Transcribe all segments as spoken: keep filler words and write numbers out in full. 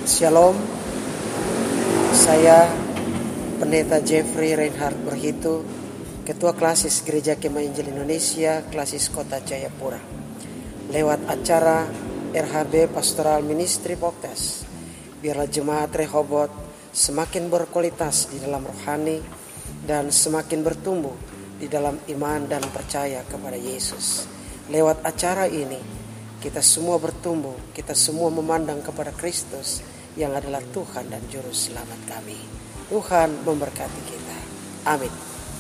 Shalom, saya Pendeta Jeffrey Reinhard Berhitu, Ketua Klasis Gereja Kemah Injil Indonesia, Klasis Kota Jayapura. Lewat acara R H B Pastoral Ministry Podcast, biarlah jemaat Rehoboth semakin berkualitas di dalam rohani dan semakin bertumbuh di dalam iman dan percaya kepada Yesus. Lewat acara ini, kita semua bertumbuh, kita semua memandang kepada Kristus yang adalah Tuhan dan Juru Selamat kami. Tuhan memberkati kita. Amin.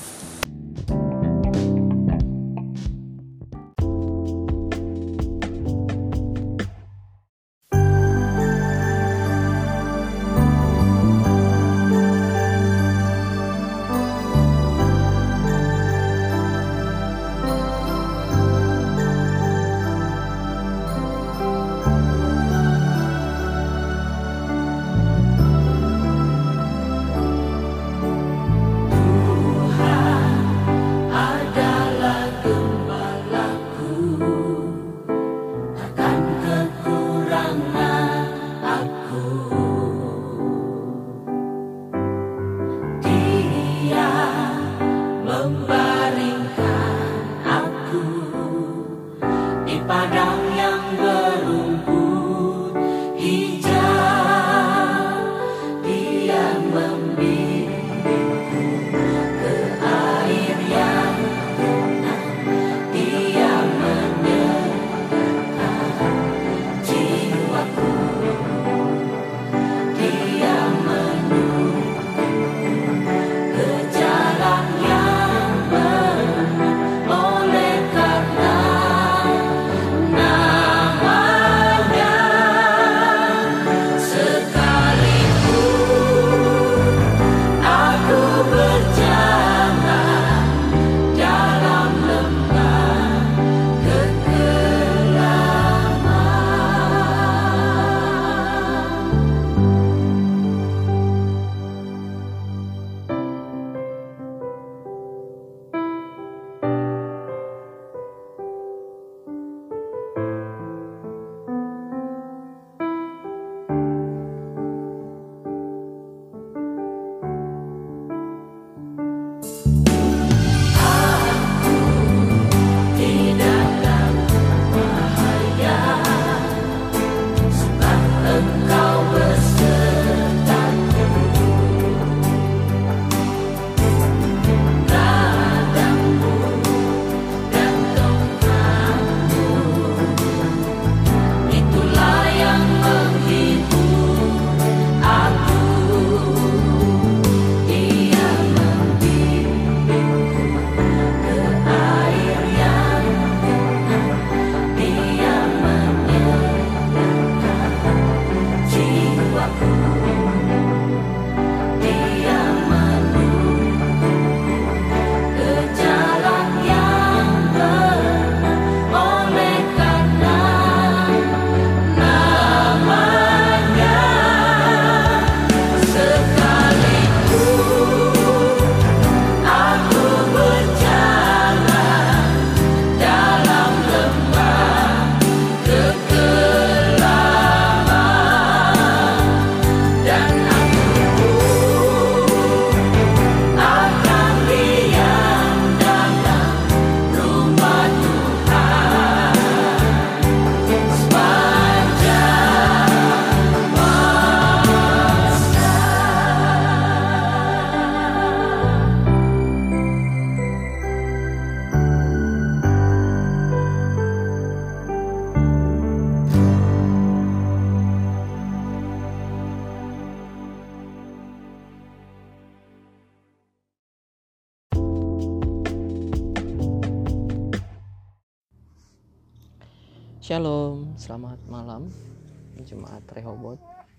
Shalom, selamat malam jemaat Rehoboth.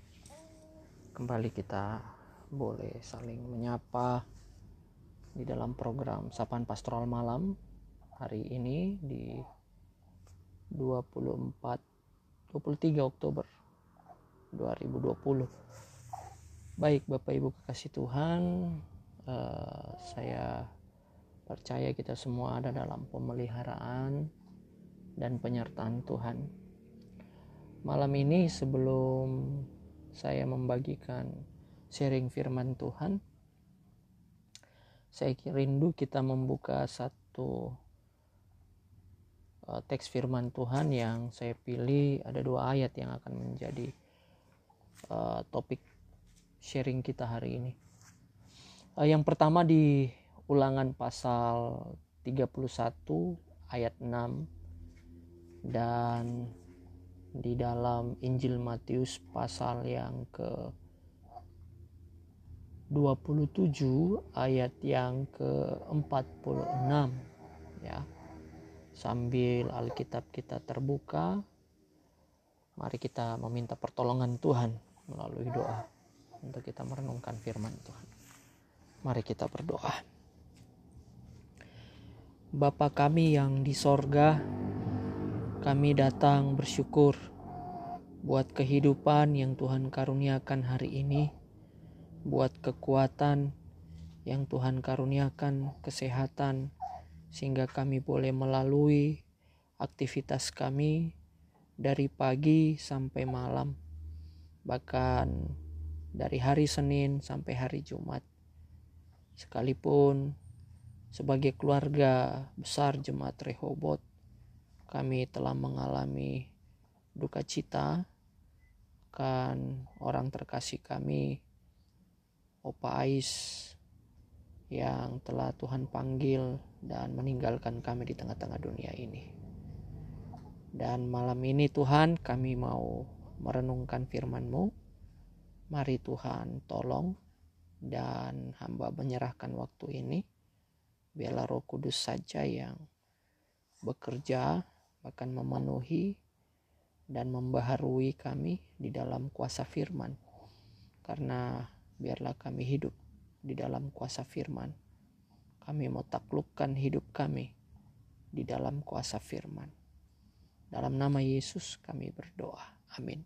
Kembali kita boleh saling menyapa di dalam program Sapaan Pastoral Malam hari ini di dua puluh empat dua puluh tiga Oktober dua ribu dua puluh. Baik Bapak Ibu kekasih Tuhan, uh, saya percaya kita semua ada dalam pemeliharaan dan penyertaan Tuhan. Malam ini sebelum saya membagikan sharing firman Tuhan, saya rindu kita membuka satu uh, teks firman Tuhan yang saya pilih. Ada dua ayat yang akan menjadi uh, topik sharing kita hari ini. Uh, yang pertama di Ulangan pasal tiga puluh satu ayat enam, dan di dalam Injil Matius pasal yang ke dua puluh tujuh ayat yang ke empat puluh enam ya. Sambil Alkitab kita terbuka, mari kita meminta pertolongan Tuhan melalui doa untuk kita merenungkan firman Tuhan. Mari kita berdoa. Bapa kami yang di sorga, kami datang bersyukur buat kehidupan yang Tuhan karuniakan hari ini, buat kekuatan yang Tuhan karuniakan, kesehatan, sehingga kami boleh melalui aktivitas kami dari pagi sampai malam, bahkan dari hari Senin sampai hari Jumat. Sekalipun sebagai keluarga besar Jemaat Rehoboth, kami telah mengalami duka cita kan orang terkasih kami, Opa Ais, yang telah Tuhan panggil dan meninggalkan kami di tengah-tengah dunia ini. Dan malam ini Tuhan, kami mau merenungkan firman-Mu. Mari Tuhan tolong, dan hamba menyerahkan waktu ini. Biarlah Roh Kudus saja yang bekerja, bahkan memenuhi dan membaharui kami di dalam kuasa firman. Karena biarlah kami hidup di dalam kuasa firman. Kami mau taklukkan hidup kami di dalam kuasa firman. Dalam nama Yesus kami berdoa. Amin.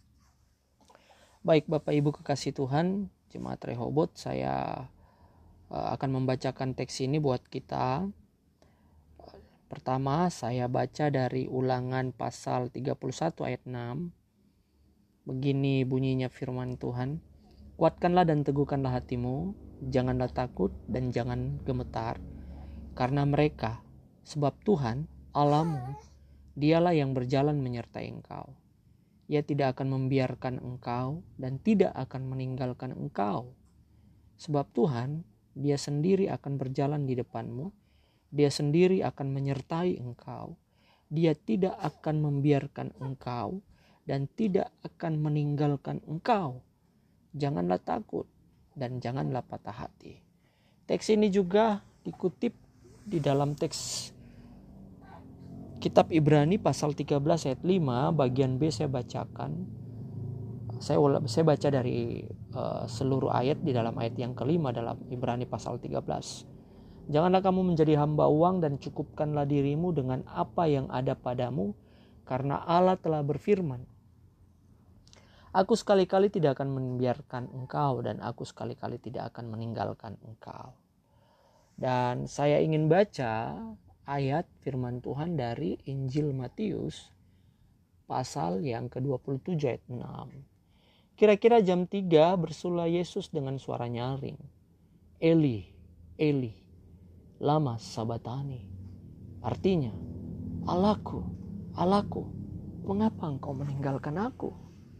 Baik Bapak Ibu kekasih Tuhan, Jemaat Rehoboth, saya uh, akan membacakan teks ini buat kita. Pertama, saya baca dari Ulangan pasal tiga puluh satu ayat enam. Begini bunyinya firman Tuhan. Kuatkanlah dan teguhkanlah hatimu, janganlah takut dan jangan gemetar, karena mereka, sebab Tuhan, Allahmu, dialah yang berjalan menyertai engkau. Ia tidak akan membiarkan engkau dan tidak akan meninggalkan engkau. Sebab Tuhan, Dia sendiri akan berjalan di depanmu, Dia sendiri akan menyertai engkau. Dia tidak akan membiarkan engkau dan tidak akan meninggalkan engkau. Janganlah takut dan janganlah patah hati. Teks ini juga dikutip di dalam teks Kitab Ibrani pasal tiga belas ayat lima, bagian B saya bacakan. Saya saya baca dari uh, seluruh ayat di dalam ayat yang kelima dalam Ibrani pasal tiga belas. Janganlah kamu menjadi hamba uang dan cukupkanlah dirimu dengan apa yang ada padamu, karena Allah telah berfirman, Aku sekali-kali tidak akan membiarkan engkau dan aku sekali-kali tidak akan meninggalkan engkau. Dan saya ingin baca ayat firman Tuhan dari Injil Matius pasal yang ke dua puluh tujuh ayat enam. Kira-kira jam tiga bersulah Yesus dengan suara nyaring, Eli, Eli, lama sabatani. Artinya, Allahku, Allahku, mengapa engkau meninggalkan aku?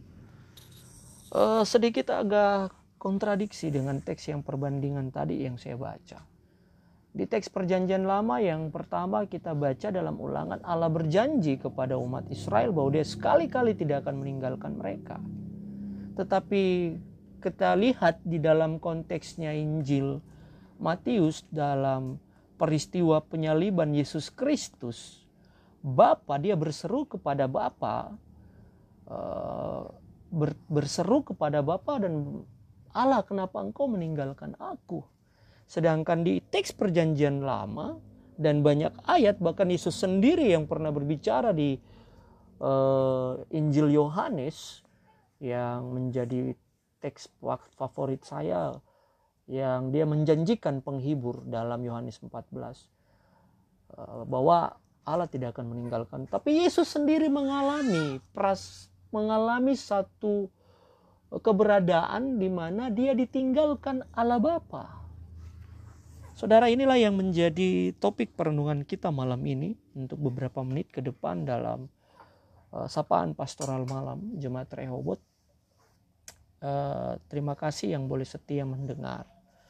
Uh, sedikit agak kontradiksi dengan teks yang perbandingan tadi yang saya baca. Di teks perjanjian lama yang pertama kita baca dalam Ulangan, Allah berjanji kepada umat Israel bahwa Dia sekali-kali tidak akan meninggalkan mereka. Tetapi kita lihat di dalam konteksnya Injil Matius dalam peristiwa penyaliban Yesus Kristus, Bapa, Dia berseru kepada Bapa, uh, ber, berseru kepada Bapa dan Allah, kenapa engkau meninggalkan aku? Sedangkan di teks perjanjian lama dan banyak ayat, bahkan Yesus sendiri yang pernah berbicara di uh, Injil Yohanes yang menjadi teks favorit saya, yang dia menjanjikan penghibur dalam Yohanes empat belas, uh, bahwa Allah tidak akan meninggalkan. Tapi Yesus sendiri mengalami pras, mengalami satu keberadaan di mana dia ditinggalkan Allah Bapa. Saudara, inilah yang menjadi topik perenungan kita malam ini untuk beberapa menit ke depan dalam uh, sapaan pastoral malam Jemaat Rehoboth. Uh, terima kasih yang boleh setia mendengar.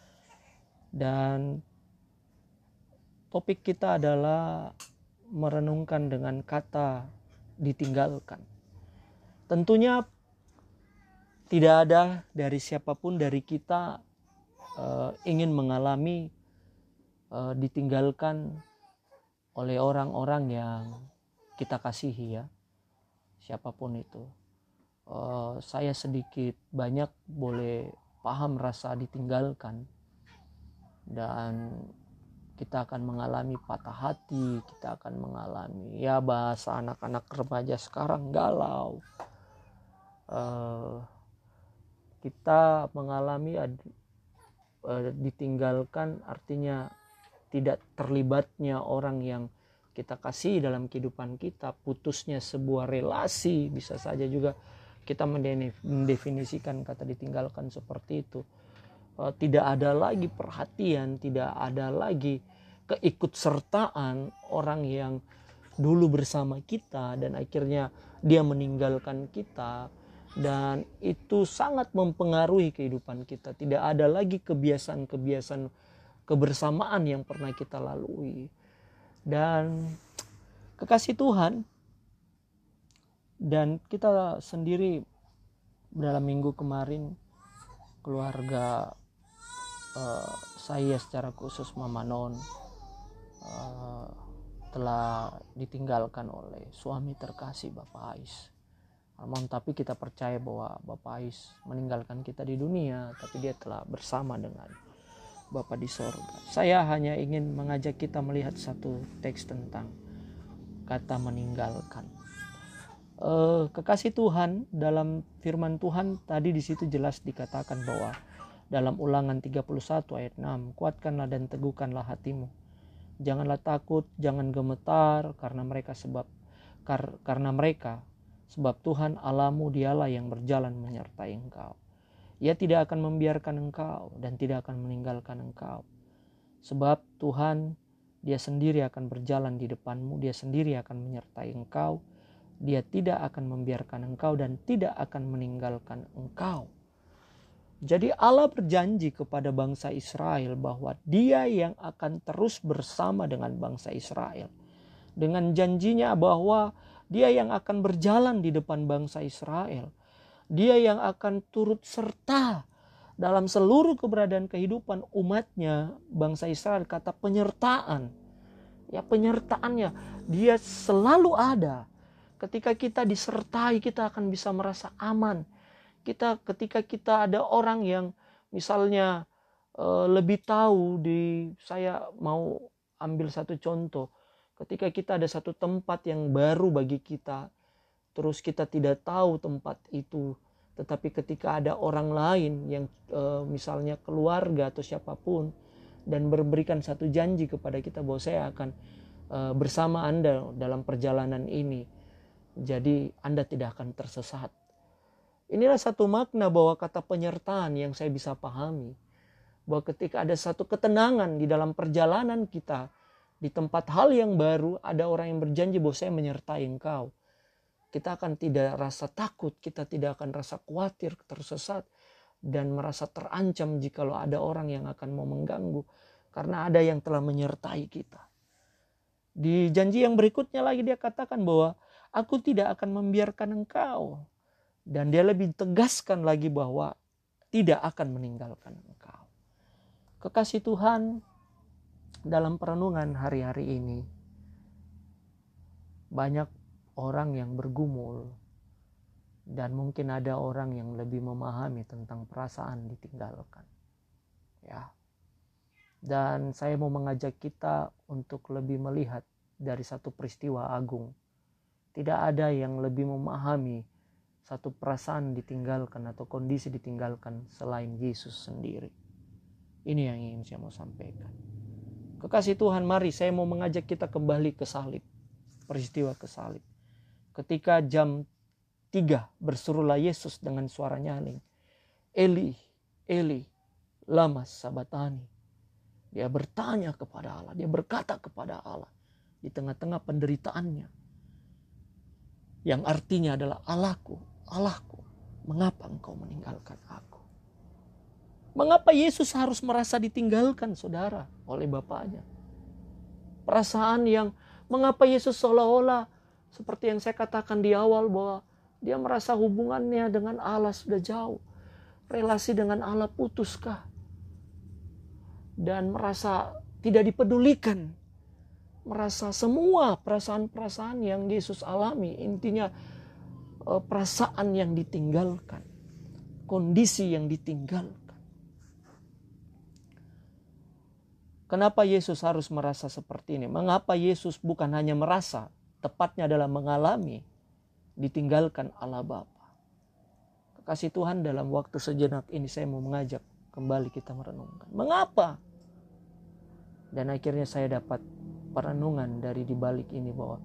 Dan topik kita adalah merenungkan dengan kata ditinggalkan. Tentunya tidak ada dari siapapun dari kita uh, ingin mengalami uh, ditinggalkan oleh orang-orang yang kita kasihi, ya, siapapun itu. Uh, saya sedikit banyak boleh paham rasa ditinggalkan, dan kita akan mengalami patah hati, kita akan mengalami, ya bahasa anak-anak remaja sekarang, galau. Uh, kita mengalami uh, ditinggalkan artinya tidak terlibatnya orang yang kita kasih dalam kehidupan kita, putusnya sebuah relasi. Bisa saja juga kita mendefinisikan kata ditinggalkan seperti itu. Uh, tidak ada lagi perhatian, tidak ada lagi keikutsertaan orang yang dulu bersama kita dan akhirnya dia meninggalkan kita, dan itu sangat mempengaruhi kehidupan kita. Tidak ada lagi kebiasaan-kebiasaan kebersamaan yang pernah kita lalui. Dan kekasih Tuhan, dan kita sendiri dalam minggu kemarin, keluarga uh, saya secara khusus Mama Non uh, telah ditinggalkan oleh suami terkasih Bapak Ais. Namun tapi kita percaya bahwa Bapak Ais meninggalkan kita di dunia, tapi dia telah bersama dengan Bapa di sorga. Saya hanya ingin mengajak kita melihat satu teks tentang kata meninggalkan. Uh, kekasih Tuhan, dalam firman Tuhan tadi di situ jelas dikatakan bahwa dalam Ulangan tiga puluh satu ayat enam, kuatkanlah dan teguhkanlah hatimu. Janganlah takut, jangan gemetar karena mereka sebab kar, karena mereka sebab Tuhan Allahmu dialah yang berjalan menyertai engkau. Ia tidak akan membiarkan engkau dan tidak akan meninggalkan engkau. Sebab Tuhan, dia sendiri akan berjalan di depanmu, dia sendiri akan menyertai engkau. Dia tidak akan membiarkan engkau dan tidak akan meninggalkan engkau. Jadi Allah berjanji kepada bangsa Israel bahwa dia yang akan terus bersama dengan bangsa Israel. Dengan janjinya bahwa dia yang akan berjalan di depan bangsa Israel. Dia yang akan turut serta dalam seluruh keberadaan kehidupan umatnya, bangsa Israel. Kata penyertaan, ya penyertaannya, dia selalu ada. Ketika kita disertai, kita akan bisa merasa aman. Kita ketika kita ada orang yang misalnya uh, lebih tahu di, saya mau ambil satu contoh. Ketika kita ada satu tempat yang baru bagi kita, terus kita tidak tahu tempat itu, tetapi ketika ada orang lain yang e, misalnya keluarga atau siapapun dan memberikan satu janji kepada kita bahwa saya akan e, bersama Anda dalam perjalanan ini, jadi Anda tidak akan tersesat. Inilah satu makna bahwa kata penyertaan yang saya bisa pahami, bahwa ketika ada satu ketenangan di dalam perjalanan kita, di tempat hal yang baru, ada orang yang berjanji bahwa saya menyertai engkau. Kita akan tidak rasa takut, kita tidak akan rasa khawatir, tersesat, dan merasa terancam jikalau ada orang yang akan mau mengganggu. Karena ada yang telah menyertai kita. Di janji yang berikutnya lagi dia katakan bahwa aku tidak akan membiarkan engkau. Dan dia lebih tegaskan lagi bahwa tidak akan meninggalkan engkau. Kekasih Tuhan, dalam perenungan hari-hari ini, banyak orang yang bergumul, dan mungkin ada orang yang lebih memahami tentang perasaan ditinggalkan. Ya. Dan saya mau mengajak kita untuk lebih melihat dari satu peristiwa agung. Tidak ada yang lebih memahami satu perasaan ditinggalkan atau kondisi ditinggalkan selain Yesus sendiri. Ini yang ingin saya mau sampaikan. Kekasih Tuhan, mari saya mau mengajak kita kembali ke salib. Peristiwa ke salib. Ketika jam Tiga, berserulah Yesus dengan suara nyaring. Eli, Eli, lama sabatani. Dia bertanya kepada Allah, dia berkata kepada Allah di tengah-tengah penderitaannya. Yang artinya adalah, Allahku, Allahku, mengapa engkau meninggalkan aku? Mengapa Yesus harus merasa ditinggalkan, saudara, oleh Bapaknya? Perasaan yang, mengapa Yesus seolah-olah, seperti yang saya katakan di awal, bahwa dia merasa hubungannya dengan Allah sudah jauh. Relasi dengan Allah putuskah? Dan merasa tidak dipedulikan. Merasa semua perasaan-perasaan yang Yesus alami. Intinya perasaan yang ditinggalkan. Kondisi yang ditinggalkan. Kenapa Yesus harus merasa seperti ini? Mengapa Yesus bukan hanya merasa, tepatnya adalah mengalami ditinggalkan Allah Bapa. Kekasih Tuhan, dalam waktu sejenak ini saya mau mengajak kembali kita merenungkan. Mengapa? Dan akhirnya saya dapat perenungan dari dibalik ini bahwa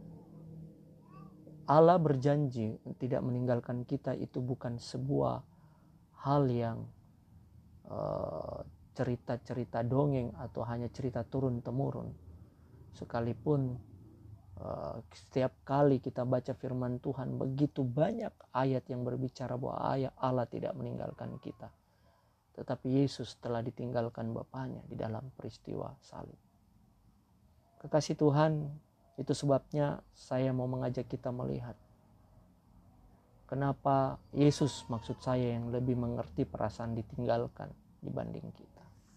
Allah berjanji tidak meninggalkan kita itu bukan sebuah hal yang uh, cerita-cerita dongeng atau hanya cerita turun-temurun. Sekalipun uh, setiap kali kita baca firman Tuhan, begitu banyak ayat yang berbicara bahwa ayat Allah tidak meninggalkan kita. Tetapi Yesus telah ditinggalkan Bapaknya di dalam peristiwa salib. Kekasih Tuhan, itu sebabnya saya mau mengajak kita melihat kenapa Yesus, maksud saya, yang lebih mengerti perasaan ditinggalkan dibanding kita.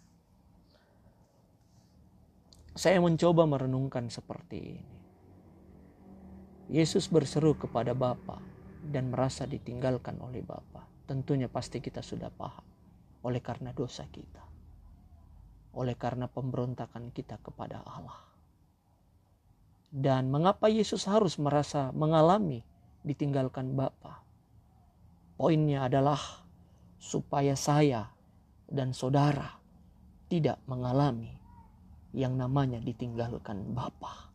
Saya mencoba merenungkan seperti ini. Yesus berseru kepada Bapa dan merasa ditinggalkan oleh Bapa. Tentunya pasti kita sudah paham. Oleh karena dosa kita. Oleh karena pemberontakan kita kepada Allah. Dan mengapa Yesus harus merasa mengalami ditinggalkan Bapa? Poinnya adalah supaya saya dan saudara tidak mengalami yang namanya ditinggalkan Bapa.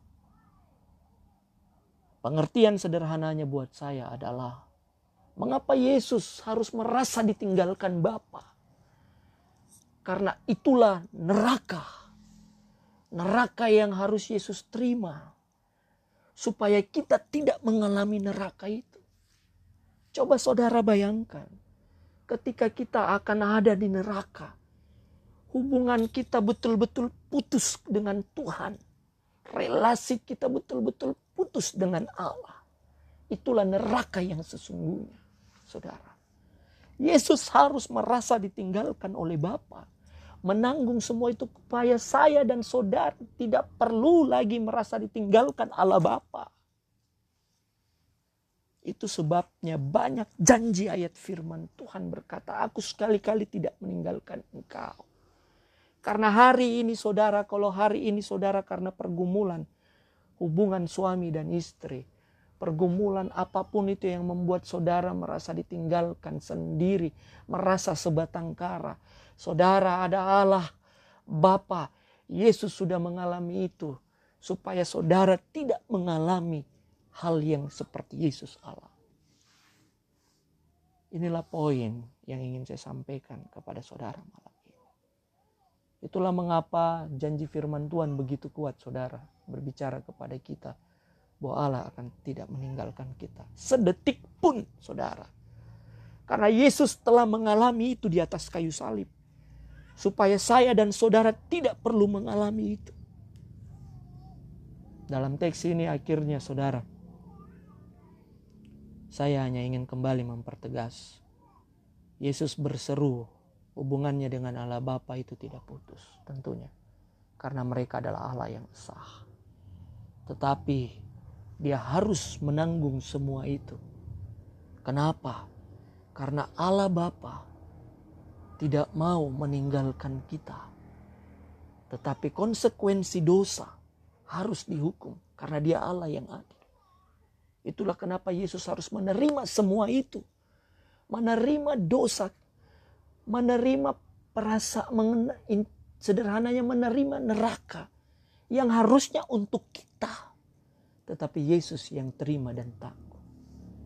Pengertian sederhananya buat saya adalah, mengapa Yesus harus merasa ditinggalkan Bapa? Karena itulah neraka. Neraka yang harus Yesus terima. Supaya kita tidak mengalami neraka itu. Coba saudara bayangkan. Ketika kita akan ada di neraka. Hubungan kita betul-betul putus dengan Tuhan. Relasi kita betul-betul putus dengan Allah. Itulah neraka yang sesungguhnya, saudara. Yesus harus merasa ditinggalkan oleh Bapa. Menanggung semua itu supaya saya dan saudara tidak perlu lagi merasa ditinggalkan Allah Bapa. Itu sebabnya banyak janji ayat firman Tuhan berkata, aku sekali-kali tidak meninggalkan engkau. Karena hari ini saudara, kalau hari ini saudara karena pergumulan hubungan suami dan istri, pergumulan apapun itu yang membuat saudara merasa ditinggalkan sendiri, merasa sebatang kara. Saudara, ada Allah, Bapa, Yesus sudah mengalami itu. Supaya saudara tidak mengalami hal yang seperti Yesus Allah. Inilah poin yang ingin saya sampaikan kepada saudara malam ini. Itulah mengapa janji firman Tuhan begitu kuat, saudara, berbicara kepada kita bahwa Allah akan tidak meninggalkan kita sedetik pun, saudara. Karena Yesus telah mengalami itu di atas kayu salib. Supaya saya dan saudara tidak perlu mengalami itu. Dalam teks ini akhirnya saudara, saya hanya ingin kembali mempertegas. Yesus berseru, hubungannya dengan Allah Bapa itu tidak putus tentunya. Karena mereka adalah Allah yang sah. Tetapi dia harus menanggung semua itu. Kenapa? Karena Allah Bapa tidak mau meninggalkan kita. Tetapi konsekuensi dosa harus dihukum. Karena dia Allah yang adil. Itulah kenapa Yesus harus menerima semua itu. Menerima dosa. Menerima perasaan. Sederhananya menerima neraka. Yang harusnya untuk kita. Tetapi Yesus yang terima dan tanggung.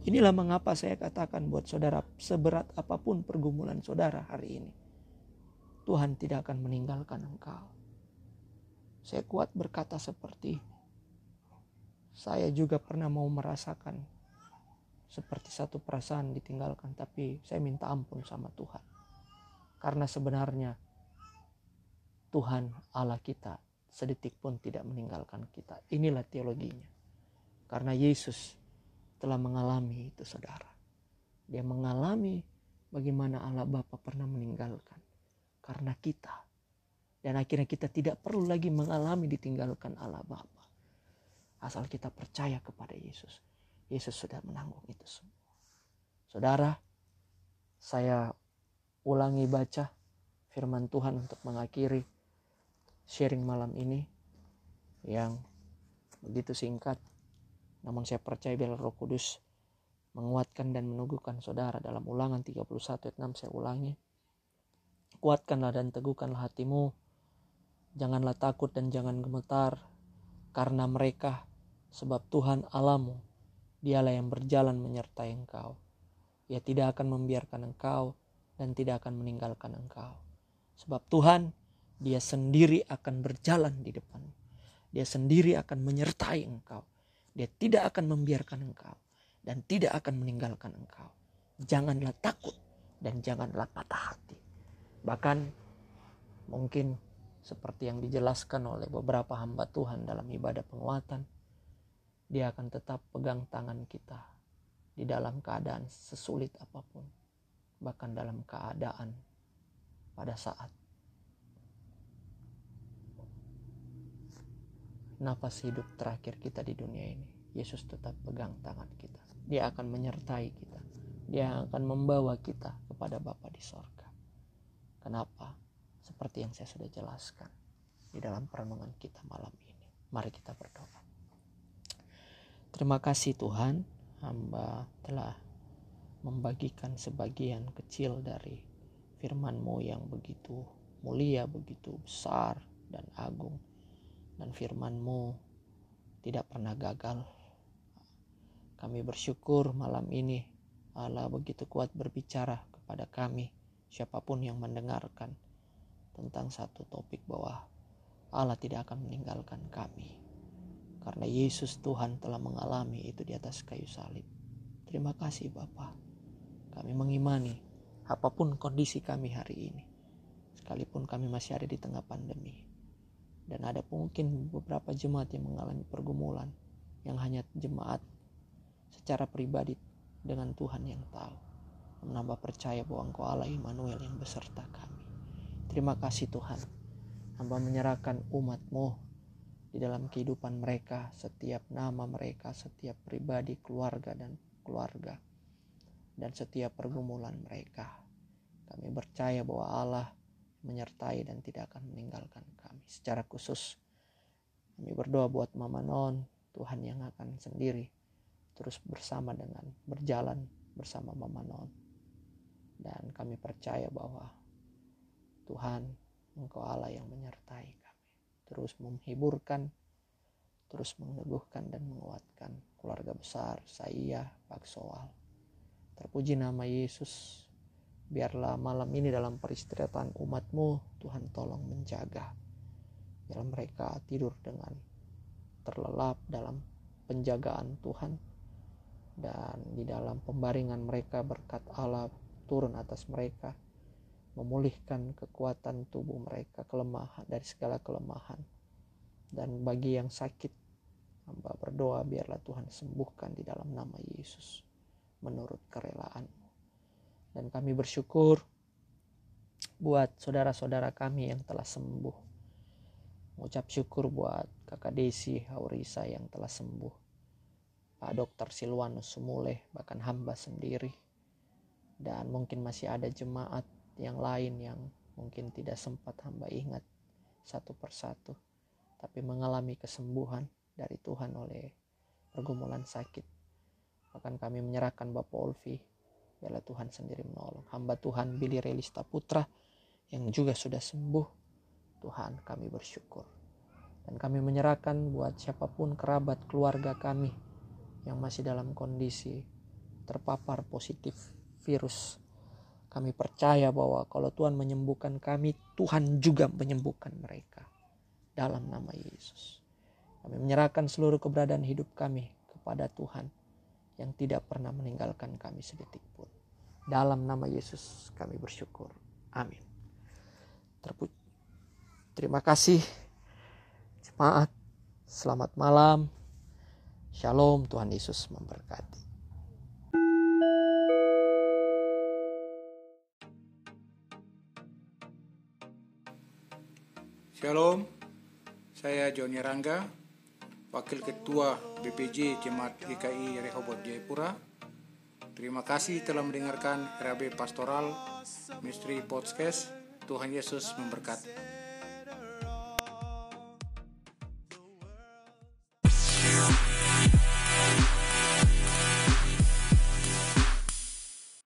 Inilah mengapa saya katakan buat saudara, seberat apapun pergumulan saudara hari ini, Tuhan tidak akan meninggalkan engkau. Saya kuat berkata seperti ini. Saya juga pernah mau merasakan seperti satu perasaan ditinggalkan, tapi saya minta ampun sama Tuhan. Karena sebenarnya Tuhan Allah kita sedetik pun tidak meninggalkan kita. Inilah teologinya. Karena Yesus telah mengalami itu, saudara. Dia mengalami bagaimana Allah Bapa pernah meninggalkan karena kita. Dan akhirnya kita tidak perlu lagi mengalami ditinggalkan Allah Bapa. Asal kita percaya kepada Yesus. Yesus sudah menanggung itu semua. Saudara, saya ulangi baca firman Tuhan untuk mengakhiri sharing malam ini yang begitu singkat. Namun saya percaya bila Roh Kudus menguatkan dan meneguhkan saudara. Dalam Ulangan tiga puluh satu ayat enam saya ulangi. Kuatkanlah dan teguhkanlah hatimu. Janganlah takut dan jangan gemetar karena mereka, sebab Tuhan Allahmu, Dialah yang berjalan menyertai engkau. Ia tidak akan membiarkan engkau dan tidak akan meninggalkan engkau. Sebab Tuhan, Dia sendiri akan berjalan di depan. Dia sendiri akan menyertai engkau. Dia tidak akan membiarkan engkau dan tidak akan meninggalkan engkau. Janganlah takut dan janganlah patah hati. Bahkan mungkin seperti yang dijelaskan oleh beberapa hamba Tuhan dalam ibadah penguatan, Dia akan tetap pegang tangan kita di dalam keadaan sesulit apapun. Bahkan dalam keadaan pada saat nafas hidup terakhir kita di dunia ini, Yesus tetap pegang tangan kita. Dia akan menyertai kita. Dia akan membawa kita kepada Bapa di sorga. Kenapa? Seperti yang saya sudah jelaskan di dalam perenungan kita malam ini. Mari kita berdoa. Terima kasih Tuhan, hamba telah membagikan sebagian kecil dari firman-Mu yang begitu mulia, begitu besar dan agung. Dan firman-Mu tidak pernah gagal. Kami bersyukur malam ini Allah begitu kuat berbicara kepada kami, siapapun yang mendengarkan, tentang satu topik bahwa Allah tidak akan meninggalkan kami. Karena Yesus Tuhan telah mengalami itu di atas kayu salib. Terima kasih Bapa. Kami mengimani apapun kondisi kami hari ini, sekalipun kami masih ada di tengah pandemi. Dan ada mungkin beberapa jemaat yang mengalami pergumulan yang hanya jemaat secara pribadi dengan Tuhan yang tahu. Menambah percaya bahwa Engkau Allah Immanuel yang beserta kami. Terima kasih Tuhan. Hamba menyerahkan umat-Mu di dalam kehidupan mereka, setiap nama mereka, setiap pribadi, keluarga dan keluarga, dan setiap pergumulan mereka. Kami percaya bahwa Allah menyertai dan tidak akan meninggalkan kami. Secara khusus kami berdoa buat Mama Non, Tuhan yang akan sendiri terus bersama dengan berjalan bersama Mama Non. Dan kami percaya bahwa Tuhan, Engkau Allah yang menyertai kami, terus menghiburkan, terus meneguhkan dan menguatkan keluarga besar saya, Pak Soal. Terpuji nama Yesus. Biarlah malam ini dalam peristirahatan umat-Mu, Tuhan tolong menjaga. Biarlah mereka tidur dengan terlelap dalam penjagaan Tuhan. Dan di dalam pembaringan mereka berkat Allah turun atas mereka. Memulihkan kekuatan tubuh mereka, kelemahan dari segala kelemahan. Dan bagi yang sakit, hamba berdoa biarlah Tuhan sembuhkan di dalam nama Yesus. Menurut kerelaan. Dan kami bersyukur buat saudara-saudara kami yang telah sembuh. Mengucap syukur buat Kakak Desi Haurisa yang telah sembuh. Pak Dokter Silwanus Sumuleh, bahkan hamba sendiri. Dan mungkin masih ada jemaat yang lain yang mungkin tidak sempat hamba ingat satu persatu. Tapi mengalami kesembuhan dari Tuhan oleh pergumulan sakit. Bahkan kami menyerahkan Bapak Olvi. Biarlah Tuhan sendiri menolong. Hamba Tuhan Billy Relista Putra yang juga sudah sembuh. Tuhan kami bersyukur. Dan kami menyerahkan buat siapapun kerabat keluarga kami yang masih dalam kondisi terpapar positif virus. Kami percaya bahwa kalau Tuhan menyembuhkan kami, Tuhan juga menyembuhkan mereka. Dalam nama Yesus. Kami menyerahkan seluruh keberadaan hidup kami kepada Tuhan yang tidak pernah meninggalkan kami sedetik pun. Dalam nama Yesus kami bersyukur. Amin. Terpuji. Terima kasih jemaat. Selamat malam. Shalom, Tuhan Yesus memberkati. Shalom, saya Joni Rangga, Wakil Ketua B P J Jemaat G K I Rehoboth Jayapura. Terima kasih telah mendengarkan R A B Pastoral Misteri Podcast. Tuhan Yesus memberkati.